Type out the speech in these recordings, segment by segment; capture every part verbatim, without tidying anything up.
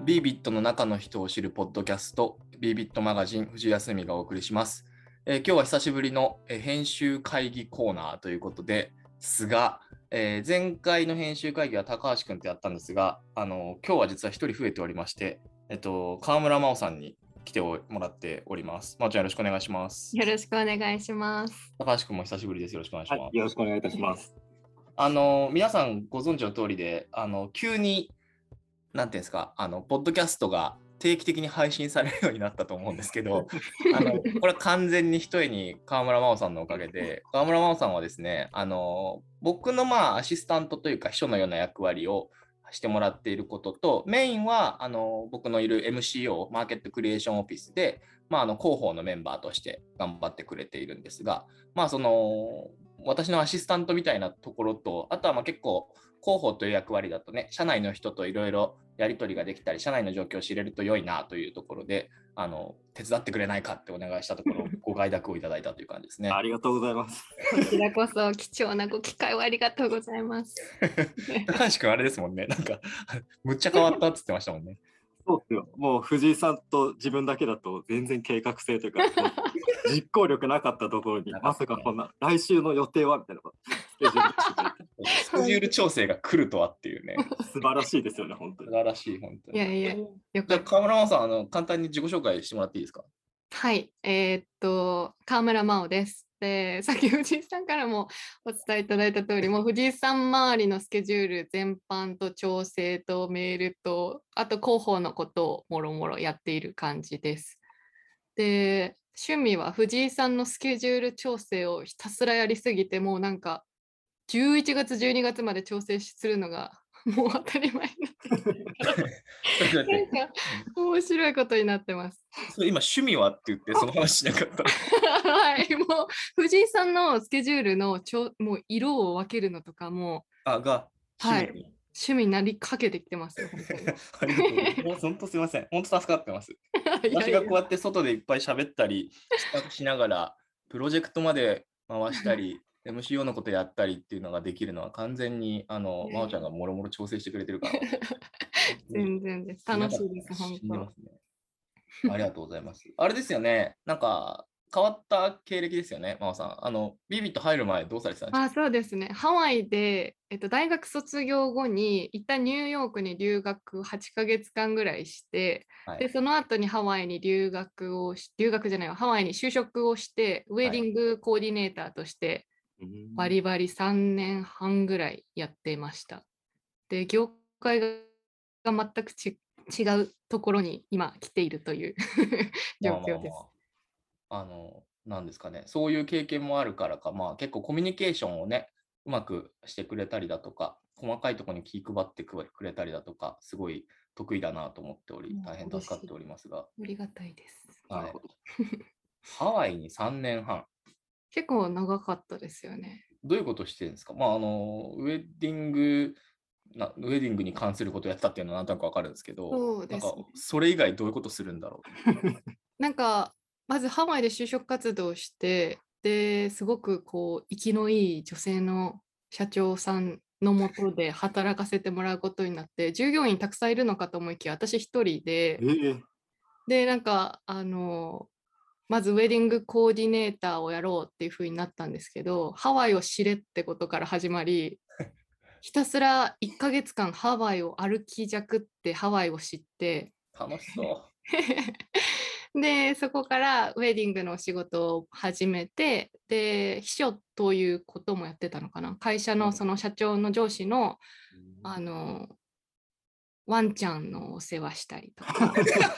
ビービットの中の人を知るポッドキャスト、ビービットマガジン、藤井康美がお送りします。えー、今日は久しぶりの、えー、編集会議コーナーということですが、えー、前回の編集会議は高橋くんとやったんですが、あの今日は実は一人増えておりまして、えっと、川村真央さんに来てもらっております。真央ちゃんよろしくお願いします。 よろしくお願いします。 高橋くんも久しぶりです。よろしくお願いします。はい、 よろしくお願いいたします。 あの皆さんご存知の通りで、あの急になんていうんですか、あのポッドキャストが定期的に配信されるようになったと思うんですけどあのこれは完全に一重に川村真央さんのおかげで、川村真央さんはですね、あの僕のまあアシスタントというか秘書のような役割をしてもらっていることと、メインはあの僕のいる エムシーオー マーケットクリエーションオフィスで、まあ、あの広報のメンバーとして頑張ってくれているんですが、まあその私のアシスタントみたいなところと、あとはまあ結構広報という役割だとね、社内の人といろいろやり取りができたり、社内の状況を知れると良いなというところで、あの手伝ってくれないかってお願いしたところ、ご快諾をいただいたという感じですね。 ありがとうございます。 こちらこそ貴重なご機会をありがとうございます。 高橋君あれですもんね、なんかむっちゃ変わったって言ってましたもんね。 そうですよ。もう藤井さんと自分だけだと全然計画性というか実行力なかったところにまさかこんな来週の予定はみたいなスケジュール調整が来るとはっていうね。 素晴らしいですよね、本当に。 素晴らしい、本当に。 いやいや、よじゃあ川村真央さん、あの簡単に自己紹介してもらっていいですか？ はい、えー、っと川村真央です。で、さっき藤井さんからもお伝えいただいた通り、もう藤井さん周りのスケジュール全般と調整とメールと、あと広報のことをもろもろやっている感じです。で、趣味は藤井さんのスケジュール調整をひたすらやりすぎて、もうなんかじゅういちがつじゅうにがつまで調整するのがもう当たり前になってなんか面白いことになってます。 それ今趣味はって言ってその話しなかったはい、もう藤井さんのスケジュールのちょもう色を分けるのとかもあが趣味に、はい、趣味になりかけてきてますよ。 ありがとうございます。本当すみません。本当助かってます。私がこうやって外でいっぱい喋ったりしながらプロジェクトまで回したりエムシーオー のことやったりっていうのができるのは完全にあの真央ちゃんがもろもろ調整してくれてるから全然です。楽しいです。本当。 ますね。ありがとうございます。あれですよね。なんか変わった経歴ですよね、真央さん。あのビービット入る前どうされてたんですか？ あ、そうですね。ハワイで、えっと、大学卒業後に一旦ニューヨークに留学はちかげつかんぐらいして、はい、でその後にハワイに留学をし留学じゃないわハワイに就職をしてウェディングコーディネーターとして、はい、バリバリさんねんはんぐらいやってました。で業界が全くち違うところに今来ているという状況です。 まあまあまあ、あのなんですかね、そういう経験もあるからか、まあ、結構コミュニケーションをねうまくしてくれたりだとか、細かいところに気配ってくれたりだとか、すごい得意だなと思っており、大変助かっておりますが。 ありがたいです。 はい、ハワイにさんねんはん。 結構長かったですよね。 どういうことしてるんですか？まあ、あのウェディングなウェディングに関することをやったっていうのはなんとなく分かるんですけど、 そうですね、 なんかそれ以外どういうことするんだろうなんかまずハワイで就職活動して、ですごくこう生きのいい女性の社長さんのもとで働かせてもらうことになって、従業員たくさんいるのかと思いきや私一人で、えー、でなんかあのまずウェディングコーディネーターをやろうっていう風になったんですけど、ハワイを知れってことから始まりひたすらいっかげつかんハワイを歩きじゃくってハワイを知って、 楽しそうでそこからウェディングの仕事を始めて、で秘書ということもやってたのかな、会社のその社長の上司の、あのワンちゃんのお世話したりとか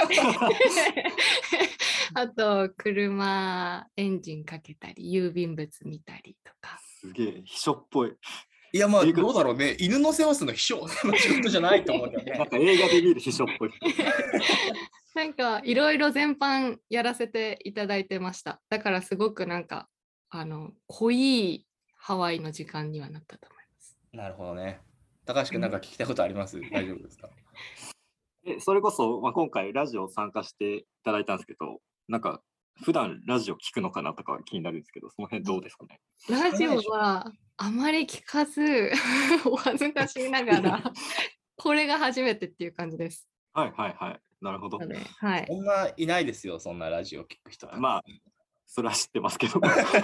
あと車エンジンかけたり郵便物見たりとか。 すげえ秘書っぽい。 いやまあどうだろうね、犬の世話するの秘書の仕事じゃないと思うんだよね。 なんか映画で見る秘書っぽい。 なんかいろいろ全般やらせていただいてました。だからすごくなんかあの濃いハワイの時間にはなったと思います。 なるほどね。高橋君なんか聞きたいことあります？大丈夫ですか？ えそれこそ、まあ、今回ラジオ参加していただいたんですけど、なんか普段ラジオ聞くのかなとか気になるんですけど、その辺どうですかね？ ラジオはあまり聞かずお恥ずかしいながらこれが初めてっていう感じです。 はいはいはい。なるほど。 ので、はい。 そんないないですよ、そんなラジオ聞く人。 まあ、それは知ってますけど。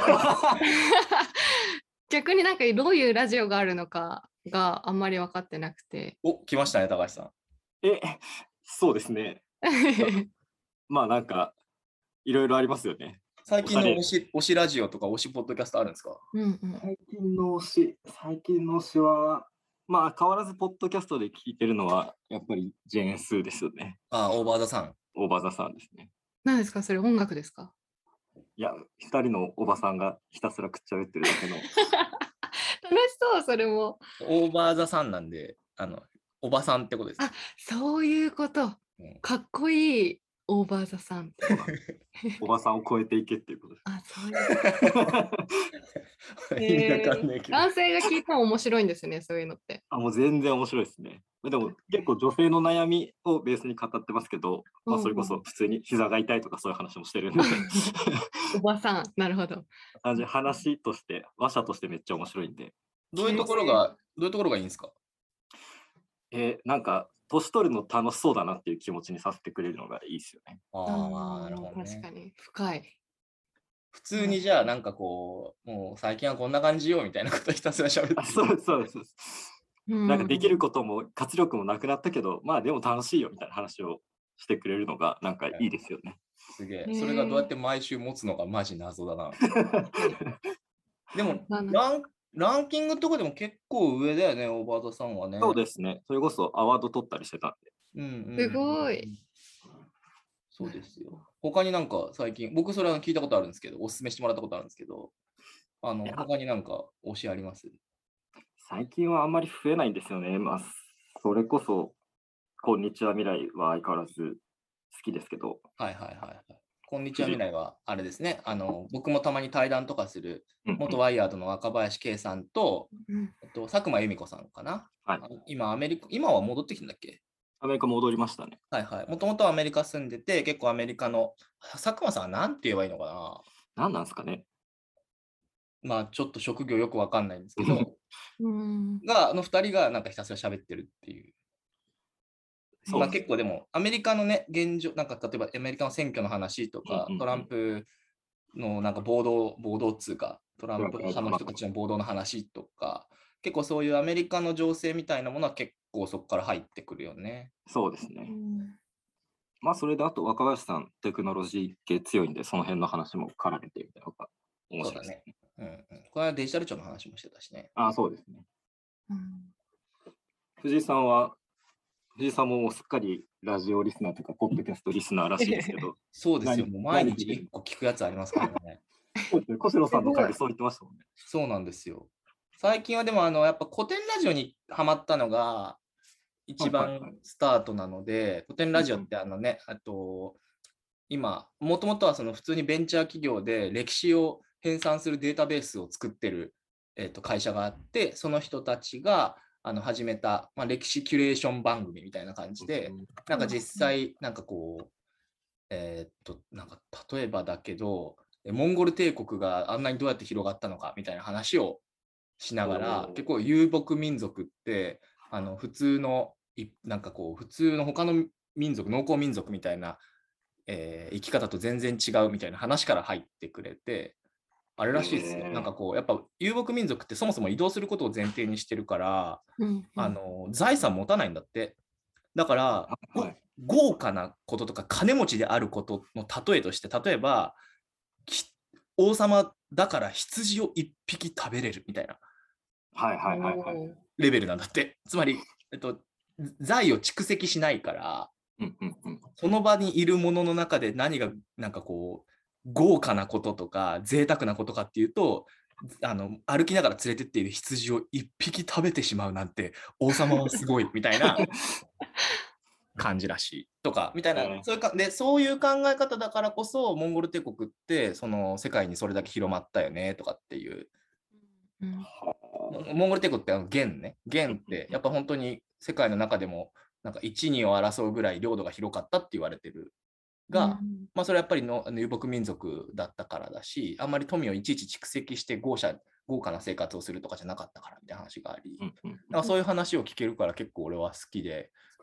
逆になんかどういうラジオがあるのかがあんまり分かってなくて。 お、来ましたね、高橋さん。 え、そうですね。まあなんか、いろいろありますよね。 最近のおしゃれ推し推しラジオとか推しポッドキャストあるんですか？ うんうん。 最近の推し、最近の推しは、まあ変わらずポッドキャストで聞いてるのは、やっぱりジェーンスーですよね。 あ、オーバーザさん。 オーバーザさんですね。 何ですかそれ音楽ですか？ いや、二人のおばさんがひたすらくっちゃべってるだけの。 楽しそうそれも。 オーバーザさんなんで、あの、おばさんってことです。 あ、そういうこと。 うんかっこいいオーバーザさんって。 おばさんを超えていけっていうことです。 あ、そういうこと。 意味わかえーんないけど。 男性が聞いても面白いんですね、そういうのって。 あ、もう全然面白いですね。でも結構女性の悩みをベースに語ってますけど、まあ、それこそ普通に膝が痛いとかそういう話もしてるんで、 おばさん、なるほど。 単純に話として、話者としてめっちゃ面白いんで、 どういうところが、どういうところがいいんですか？ えーなんか、年取るの楽しそうだなっていう気持ちにさせてくれるのがいいですよね。 ああ、なるほどね。 確かに深い。 普通にじゃあなんかこう、もう最近はこんな感じよみたいなことひたすら喋ってあそうです、そうです。そうですなんかできるこことも活力もなくなったけど、まあでも楽しいよみたいな話をしてくれるのがなんかいいですよね。 すげえ。 へーそれがどうやって毎週持つのかマジ謎だな。でもあのラン、ランキングとかでも結構上だよね、オーバーザさんはね。 そうですね。それこそアワード取ったりしてたんで。 うんうんうんすごい。 そうですよ。他になんか最近、僕それは聞いたことあるんですけど、おすすめしてもらったことあるんですけど、あのいや他になんか推しあります？ 最近はあんまり増えないんですよね。まあ、それこそ、こんにちは未来は相変わらず好きですけど。 はいはいはいはい。こんにちは未来はあれですね。あの僕もたまに対談とかするうんうん元ワイヤードの若林圭さんと、 うんえっと、佐久間由美子さんかな。 はいあの今アメリカ、今は戻ってきたんだっけ？ アメリカ戻りましたね。 はいはい。もともとアメリカ住んでて、結構アメリカの、佐久間さんは何て言えばいいのかな。 何なんですかね。 まあちょっと職業よくわかんないんですけど、 うんが、あのふたりがなんかひたすら喋ってるっていう。まあ、 そうです結構でも、アメリカのね、現状、なんか例えばアメリカの選挙の話とか、 うんうんうんトランプのなんか暴動、暴動っつうか、トランプトランプ派の人たちの暴動の話とか、結構そういうアメリカの情勢みたいなものは結構そこから入ってくるよね。 そうですね。まあ、それであと若林さん、テクノロジー系強いんで、その辺の話も絡めてみたいなのが面そうだ白いですね。うんうん。これはデジタル庁の話もしてたしね。 ああ、そうですね。 うん藤井さんは、藤井さんももうすっかりラジオリスナーとか、ポッドキャストリスナーらしいですけど、 そうですよ。 何もう毎日何聞いてるいっこ聞くやつありますからね。 そうですね。小城さんの回でそう言ってましたもんね。 そうなんですよ。最近はでもあのやっぱ古典ラジオにハマったのが一番はいはいはいスタートなので、古典ラジオってあのね、あと今、もともとはその普通にベンチャー企業で歴史を編纂するデータベースを作ってる、えーと会社があって、その人たちがあの始めた、まあ、歴史キュレーション番組みたいな感じで、なんか実際、なんかこう、えーっと、なんか例えばだけど、モンゴル帝国があんなにどうやって広がったのかみたいな話をしながら、 おー結構遊牧民族ってあの普通のいなんかこう普通の他の民族農耕民族みたいな、えー生き方と全然違うみたいな話から入ってくれて、あれらしいですよ。 へーなんかこうやっぱ遊牧民族ってそもそも移動することを前提にしてるから、 うんあの財産持たないんだって。だからごはい豪華なこととか金持ちであることの例えとして、例えばき王様だから羊を一匹食べれるみたいなはいはいはいはい。 おーレベルなんだって。つまり、えっと、財を蓄積しないから、 うんうんうん。 その場にいるものの中で何がなんかこう豪華なこととか贅沢なことかっていうと、あの歩きながら連れてっている羊を一匹食べてしまうなんて王様はすごいみたいな感じらしいとかみたいな、 えーそういうかでそういう考え方だからこそモンゴル帝国ってその世界にそれだけ広まったよねとかっていう。 うんモモンゴル帝国ってあの元ね、元ってやっぱ本当に世界の中でもなんか一二を争うぐらい領土が広かったって言われてるが、 うんまあそれはやっぱりの遊牧民族だったからだし、あんまり富をいちいち蓄積して豪奢豪華な生活をするとかじゃなかったからって話があり、 うんうんだからそういう話を聞けるから結構俺は好きで、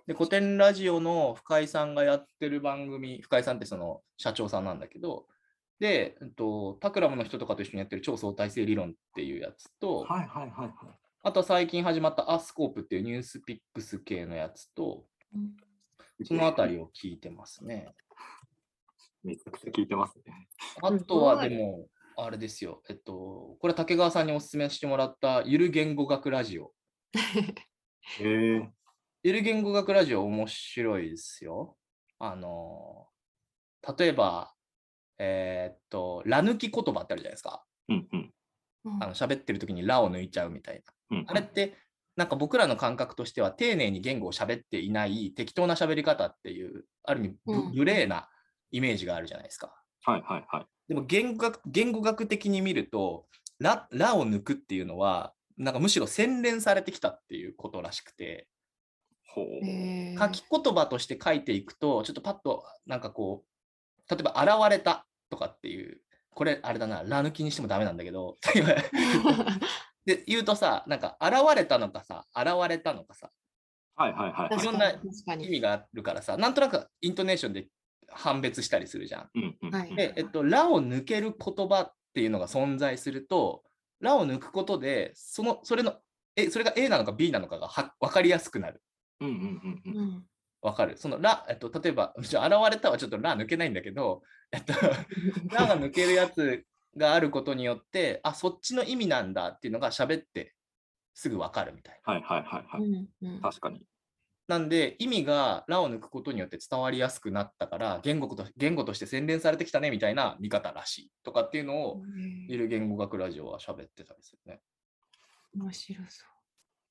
で、古典ラジオの深井さんがやってる番組、深井さんってその社長さんなんだけど、で、えっと、タクラムの人とかと一緒にやってる超相対性理論っていうやつと、 はいはいはいはい。 あとは最近始まったアスコープっていうニュースピックス系のやつと、そのあたりを聞いてますね。 めちゃくちゃ聞いてますね。 あとはでも、あれですよ、えっと、これ竹川さんにお勧めしてもらったゆる言語学ラジオ。 へえ。 ゆる言語学ラジオ面白いですよ。あの、例えば、えーっと、ら抜き言葉ってあるじゃないですか。 うんうん。 あの喋ってる時にらを抜いちゃうみたいな。 うん、 あれって、なんか僕らの感覚としては、丁寧に言語を喋っていない適当な喋り方っていう、ある意味ブ、無礼なイメージがあるじゃないですか。 はいはいはい。 でも言語学、言語学的に見ると、ら、らを抜くっていうのは、なんかむしろ洗練されてきたっていうことらしくて、 ほう。 書き言葉として書いていくと、ちょっとパッと、なんかこう、例えば、現れたとかっていう、これ、あれだな、ら抜きにしてもダメなんだけど、で、言うとさ、なんか、現れたのかさ、現れたのかさ、 はいはいはいはい。 いろんな意味があるからさ、なんとなくイントネーションで判別したりするじゃん。 うんうんうん、 で、えっと、らを抜ける言葉っていうのが存在すると、らを抜くことで、その、それの、え、それが A なのか B なのかがは分かりやすくなる。 うんうんうんうん。 わかる。そのら、えっと、例えば、じゃあ現れたはちょっとら抜けないんだけど、えっと、らが抜けるやつがあることによって、あ、そっちの意味なんだっていうのが喋ってすぐわかるみたいな。 はいはいはいはい。うんうん、確かに。 なんで、意味がらを抜くことによって伝わりやすくなったから、言語と言語として洗練されてきたねみたいな見方らしいとかっていうのを、いる言語学ラジオは喋ってたりするね。 面白そう。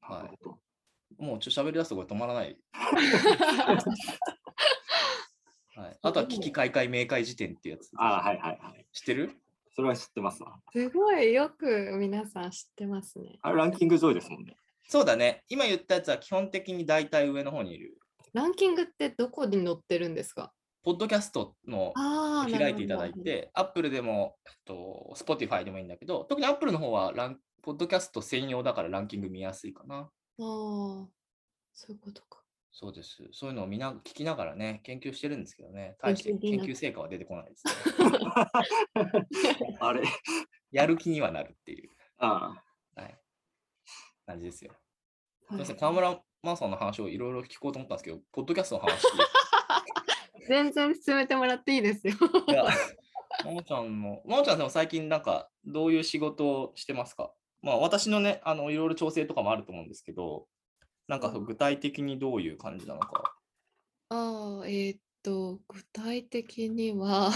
はい。もうちょっと喋り出すとこれ止まらない。はい、あとは危機開会明快辞典っていうやつ。 ああ、はいはいはい。 知ってる？ それは知ってますわ。 すごいよく皆さん知ってますね。 あれランキング上位ですもんね。 そうだね。今言ったやつは基本的に大体上の方にいる。 ランキングってどこに載ってるんですか？ ポッドキャストの開いていただいて、Apple でも、えっと、Spotify でもいいんだけど、特に Apple の方はランポッドキャスト専用だからランキング見やすいかな。ああ、 そういうことか。 そうです。そういうのをみんな聞きながらね、研究してるんですけどね、大して研究成果は出てこないですね。 あれやる気にはなるっていう。 ああ。はい。感じですよ。すみません、川村マンさんの話をいろいろ聞こうと思ったんですけど、ポッドキャストの話。 全然進めてもらっていいですよ。 いや、まもちゃんの、まもちゃんでも最近なんかどういう仕事をしてますか？まあ私のね、あのいろいろ調整とかもあると思うんですけど、なんか具体的にどういう感じなのか。 ああ、えー、っと、具体的には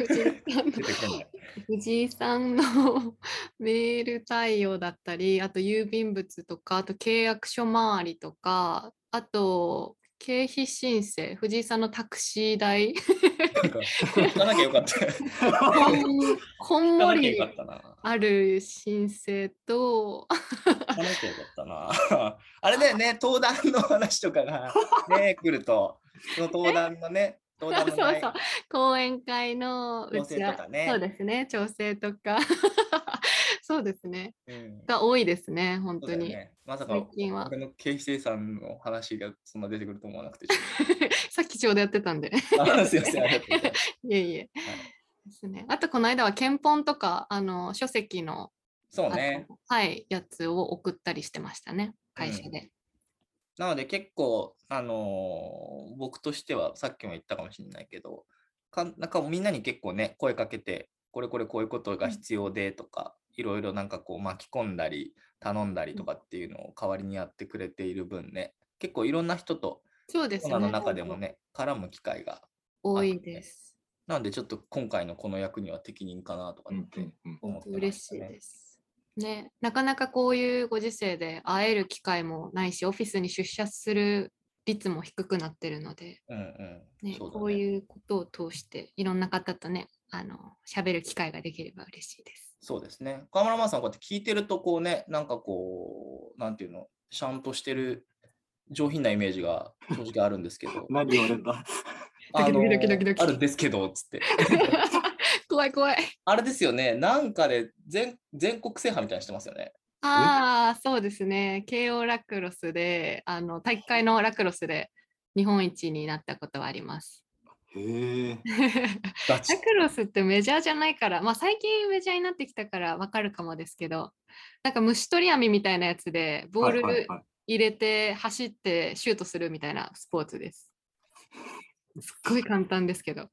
藤井さんのメール対応だったり、あと郵便物とか、あと契約書周りとか、あと経費申請、藤井さんのタクシー代。 なんか聞かなきゃよかった。 こんもりある申請と。 聞かなきゃよかったな。あれだよね、登壇の話とかがね、来ると、その登壇のね、登壇のそうそう、講演会の調整とかね。 そうですね、調整とか。そうですね、うん。が多いですね、本当に。ね、 まさか俺の経費生産の話がそんな出てくると思わなくて。 さっきちょうどやってたんで。 あ、すいません、ありがとうございます。 いえいえ。はい、ですね。あとこの間は検本とかあの書籍の、 そうね、 はい、やつを送ったりしてましたね、会社で。うん、 なので結構、あのー、僕としてはさっきも言ったかもしれないけど、かなんかみんなに結構ね、声かけて、これこれこういうことが必要でとか、いろいろなんかこう巻き込んだり、頼んだりとかっていうのを代わりにやってくれている分ね、結構いろんな人と、 そうですね、 コロナの中でもね、絡む機会が多いです。 なのでちょっと今回のこの役には適任かなとかって思ってましたね。 嬉しいです。ね、なかなかこういうご時世で会える機会もないし、オフィスに出社する率も低くなってるので、うんうんね、こういうことを通していろんな方とね、あの喋る機会ができれば嬉しいです。 そうですね。川村マンさんこうやって聞いてるとこうね、なんかこうなんていうの、シャンとしてる上品なイメージが正直あるんですけど。 何言われるんだ。 あのあるんですけどつって。 怖い怖い。 あれですよね。なんかで 全, 全国制覇みたいにしてますよね。 ああ、そうですね。慶応ラクロスで、あの大会のラクロスで日本一になったことはあります。 へえ。 ガチラクロスってメジャーじゃないから、まあ最近メジャーになってきたからわかるかもですけど、なんか虫取り網みたいなやつでボーはいはいルはい。 入れて走ってシュートするみたいなスポーツです。すっごい簡単ですけど。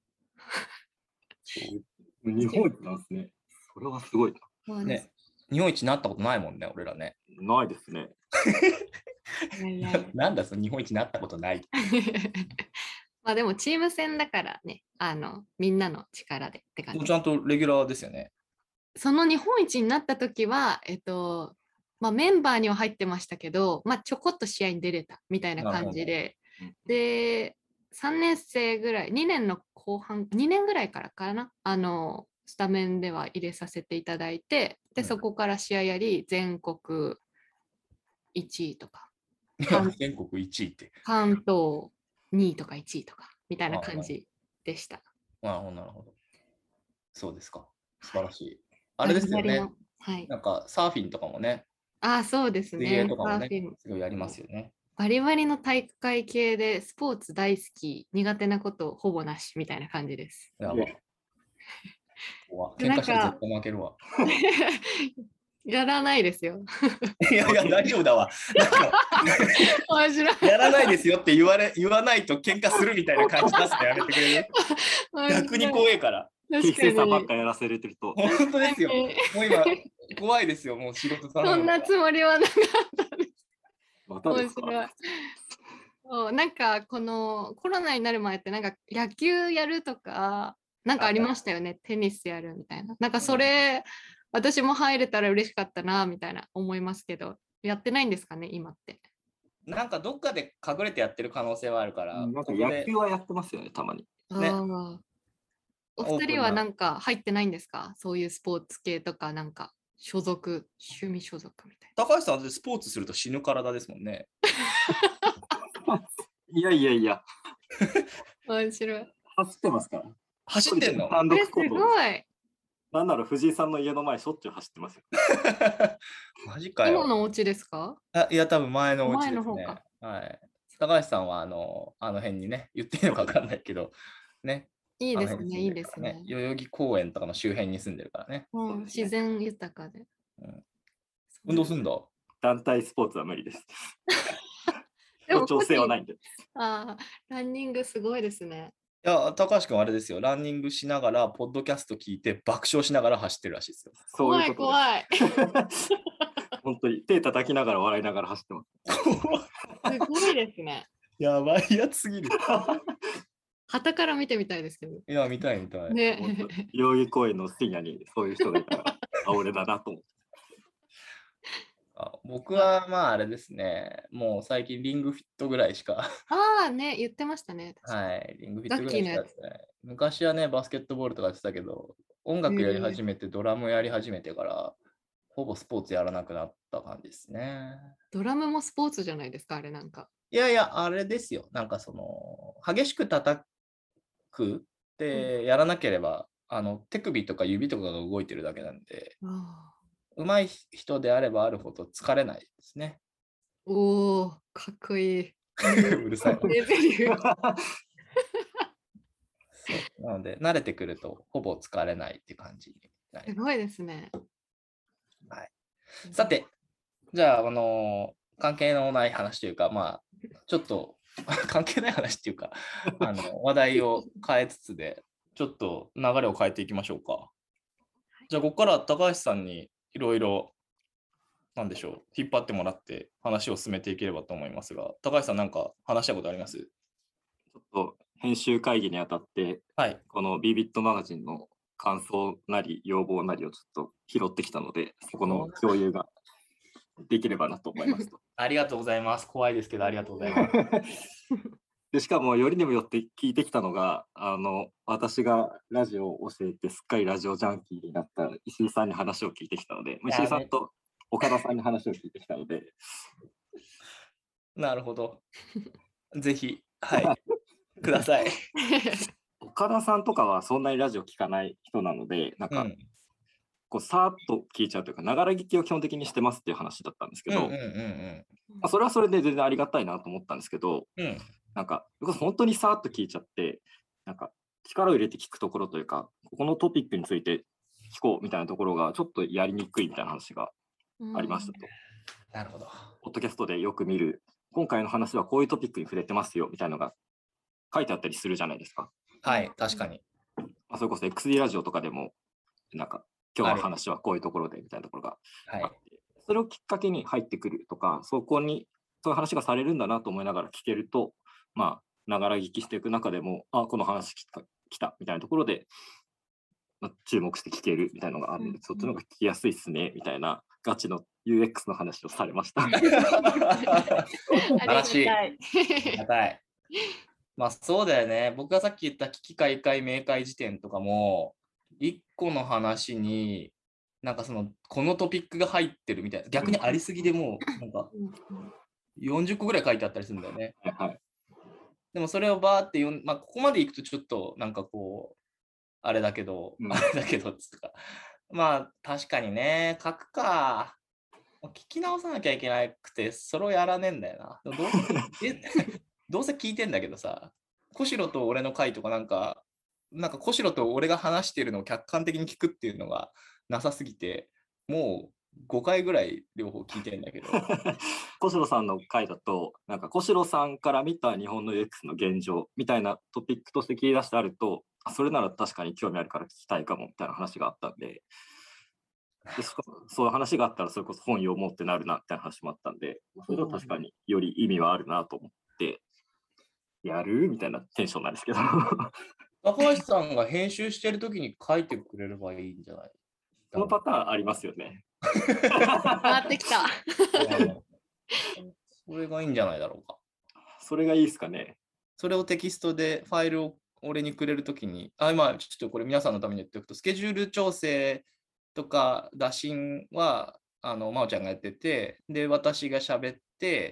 日本一なんですね。それはすごいそうです。 ね、日本一になったことないもんね、俺らね。 な。ないですね。 いやいやいやなんだその日本一になったことない。 まあでもチーム戦だからね、あのみんなの力でって感じ。 でもちゃんとレギュラーですよね。 その日本一になった時は、えっと、まあ、メンバーには入ってましたけど、まあ、ちょこっと試合に出れたみたいな感じで、 うんで、さんねん生ぐらい、にねんの後半、にねんぐらいからかな、あの、スタメンでは入れさせていただいて、で、 うんそこから試合やり、全国いちいとか、関全国いちいって。 関東にいとかいちいとか、みたいなああ感じでした。 なるほど、なるほど。そうですか。素晴らしい。 はいあれですよねバリバリの。はい。 なんかサーフィンとかもね、 あ、そうです水泳ね。 とかもねサーフィン、 すごいやりますよね。 バリバリの体育会系でスポーツ大好き、苦手なことほぼなしみたいな感じです。 やば。 え怖でなん喧嘩したら絶か対負けるわ。 やらないですよ。 いやいや、大丈夫だわ。なんか面白い。 やらないですよって言われ言わないと喧嘩するみたいな感じ出すのやめてくれる逆に怖いから。 確か適正さんばっに。 かやらせれてると。 本当ですよ。 確かにもう今、怖いですよ。もう仕事頼むのそんなつもりはなかったです。 またです面白いか。 そうなんかこのコロナになる前ってなんか野球やるとかなんかありましたよね。テニスやるみたいな。なんかそれ、私も入れたら嬉しかったなみたいな思いますけど、やってないんですかね、今って。 なんかどっかで隠れてやってる可能性はあるから、 なんかここで野球はやってますよね、たまに。 ねああ。お二人はなんか入ってないんですか？そういうスポーツ系とかなんか所属、趣味所属みたい高橋さんってスポーツすると死ぬ体ですもんね。 いやいやいや、 な。面白い。 走ってますから。 走ってんの単これすご独行動です。 い。 なんなら藤井さんの家の前しょっちゅう走ってますよ。 マジかよ。 今のお家ですか？ あいや、多分前のお家ですね前の方か。 はい。高橋さんはあのあの辺にね、言っていいのか分かんないけど、ね、 いいですね、 あの辺にいいで住んでるからすね。 代々木公園とかの周辺に住んでるからね。 うん、自然豊かで。 うん、運動すんだ。 団体スポーツは無理です。 でも協調性はないんで。 ああ、ランニングすごいですね。 いや、高橋君あれですよ。ランニングしながら、ポッドキャスト聞いて爆笑しながら走ってるらしいですよ。 そう怖いういことです。 怖い。 本当に手叩きながら笑いながら走ってます。 すごいですね。 やばいやつすぎる。 旗から見てみたいですけど。 いや、見たい見たい。 ね。 代々木公園の深夜にそういう人がいたら、あ、俺だなと思って。 あ僕はまああれですね、もう最近リングフィットぐらいしか、 ああね、言ってましたね。 はい、リングフィットぐらいしかやラッってない。昔はね、バスケットボールとかやってたけど、音楽やり始めて、ドラムやり始めてから、ほぼスポーツやらなくなった感じですね。 ドラムもスポーツじゃないですか、あれなんか。 いやいや、あれですよ。なんかその、激しく叩くってやらなければ、あの手首とか指とかが動いてるだけなんで、 ああ上手い人であればあるほど疲れないですね。 おお、かっこいい。 うるさいな。 レベル。 そうなので、慣れてくるとほぼ疲れないって感じになります。 すごいですね。 はい、さて、じゃあ、あのー関係のない話というか、まあ、ちょっと関係ない話っていうか、あの話題を変えつつで、ちょっと流れを変えていきましょうか。じゃあ、ここから高橋さんにいろいろ、なんでしょう、引っ張ってもらって話を進めていければと思いますが、高橋さん、なんか話したいことあります？ ちょっと編集会議にあたって、 はい。 この ビービットマガジンの感想なり要望なりをちょっと拾ってきたので、そこの共有ができればなと思いますと。 ありがとうございます。怖いですけど、ありがとうございます。 でしかも、よりにもよって聞いてきたのが、あの私がラジオを教えて、すっかりラジオジャンキーになった石井さんに話を聞いてきたので、石井さんと岡田さんに話を聞いてきたので。 なるほど。ぜひ、はい、ください。 岡田さんとかはそんなにラジオ聞かない人なので、なんか、うん、こうさーっと聞いちゃうというか、ながら聞きを基本的にしてますっていう話だったんですけど、それはそれで全然ありがたいなと思ったんですけど、 うん、 なんか本当にさーっと聞いちゃって、なんか力を入れて聞くところというか、ここのトピックについて聞こうみたいなところがちょっとやりにくいみたいな話がありましたと。 なるほど。 ポッドキャストでよく見る、今回の話はこういうトピックに触れてますよみたいなのが書いてあったりするじゃないですか。 はい、確かに。 まあ、それこそ エックスディー ラジオとかでも、なんか今日の話はこういうところでみたいなところがあって、はい、それをきっかけに入ってくるとか、そこにそういう話がされるんだなと思いながら聞けると、まあ、ながら聞きしていく中でも、あ、この話来た、来たみたいなところで、まあ、注目して聞けるみたいなのがあるので、うん、そっちの方が聞きやすいっすねみたいなガチの ユーエックス の話をされました。 ありがたい。 ありがたい。まあそうだよね。僕がさっき言った危機開会明快辞典とかも、一個の話に、なんかその、このトピックが入ってるみたいな、逆にありすぎでもう、なんか、よんじゅっこぐらい書いてあったりするんだよね。 はい、 でもそれをバーって読ん、まあここまでいくとちょっと、なんかこう、あれだけど、うん、あれだけどつうか、まあ確かにね、書くか。聞き直さなきゃいけなくて、それをやらねえんだよな。どうえどうせ聞いてんだけどさ、小城と俺の回とかなんか、なんか小城と俺が話してるのを客観的に聞くっていうのがなさすぎて、もうごかいぐらい両方聞いてんだけど。 小城さんの回だと、なんか小城さんから見た日本の ユーエックス の現状みたいなトピックとして切り出してあると、それなら確かに興味あるから聞きたいかもみたいな話があったんで、でしかもそういう話があったらそれこそ本読もうってなるなみたいな話もあったんで、それは確かにより意味はあるなと思って、やるみたいなテンションなんですけど。 高橋さんが編集してるときに書いてくれればいいんじゃない？ そのパターンありますよね。 回ってきた。 それがいいんじゃないだろうか。 それがいいですかね。 それをテキストでファイルを俺にくれるときに、あ、今ちょっとこれ皆さんのために言っておくと、スケジュール調整とか打診はあの真央ちゃんがやってて、で私が喋って、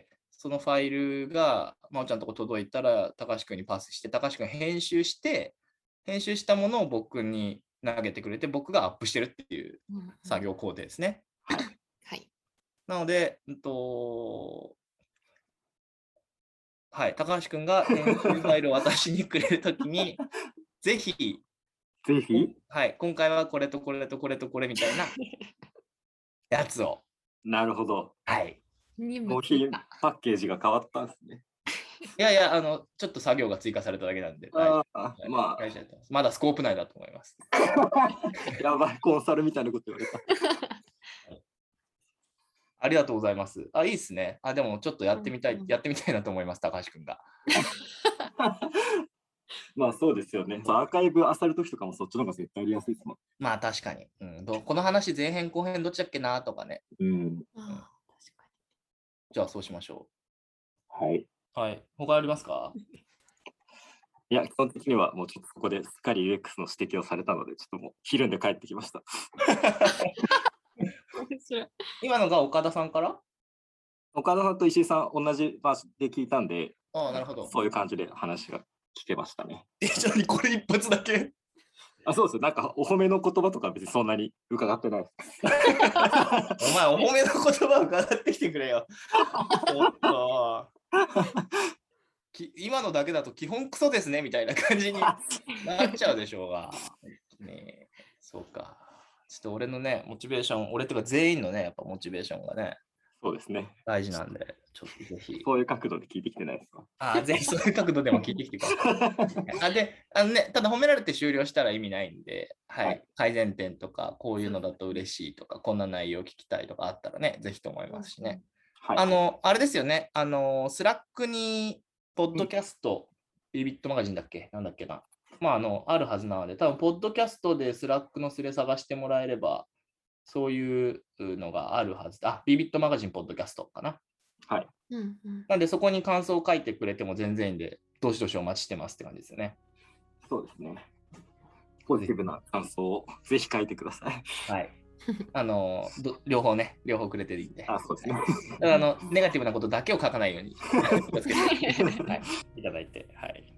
そのファイルが真央ちゃんのとこ届いたら高橋君にパスして、高橋君編集して、編集したものを僕に投げてくれて、僕がアップしてるっていう作業工程ですね。 はい。はい、 なので、うんと、はい、高橋君が編集ファイルを私にくれるときに、ぜひ、 ぜひ、 はい、今回はこれとこれとこれとこれみたいなやつを。 なるほど。 はい。 納品パッケージが変わったんですね。 いやいや、あの、ちょっと作業が追加されただけなんで、 ああ、まあ、 まだスコープ内だと思います。 やばい、コンサルみたいなこと言われた。 ありがとうございます。あ、いいですね。あ、でもちょっとやってみたい、やってみたいなと思います、高橋君が。 まあそうですよね。アーカイブ漁るときとかもそっちの方が絶対やりやすいですもん。 まあ確かに。うん、どこの話前編後編どっちだっけなとかね。 うん。うん、 じゃあそうしましょう。はい。 はい。他ありますか？ いや、基本的にはもうちょっとここですっかり ユーエックス の指摘をされたので、ちょっともうひるんで帰ってきました。 今のが岡田さんから？ 岡田さんと石井さん同じ場所で聞いたんで、 ああ、なるほど。 そういう感じで話が聞けましたね。 え、ちょっとこれ一発だけあ、そうです。なんかお褒めの言葉とか別にそんなに伺ってないです。 お前、お褒めの言葉を伺ってきてくれよ。おっと今のだけだと基本クソですねみたいな感じになっちゃうでしょうが。ね、そうか。ちょっと俺のね、モチベーション、俺とか全員のね、やっぱモチベーションがね、 そうですね。 大事なんで、ちょっとぜひ。 そういう角度で聞いてきてないですか？ あ、ぜひそういう角度でも聞いてきてください。あであのね、ただ褒められて終了したら意味ないんで、はい、はい、改善点とか、こういうのだと嬉しいとか、こんな内容聞きたいとかあったらね、ぜひと思いますしね。はい、あの、あれですよね、あの、スラックに、ポッドキャスト、ビービットマガジンだっけなんだっけな。まあ、あの、あるはずなので、多分ポッドキャストでスラックのスレ探してもらえれば、そういうのがあるはずだ。あ、ビービットマガジンポッドキャストかな。 はい。 なんで、そこに感想を書いてくれても全然いいんで、どしどしお待ちしてますって感じですよね。 そうですね。ポジティブな感想をぜひ書いてください。 はい。あのど両方ね、両方くれていいんで。 あ、そうですね。 だからあのネガティブなことだけを書かないように気をつけて、はい、いただいて、はい。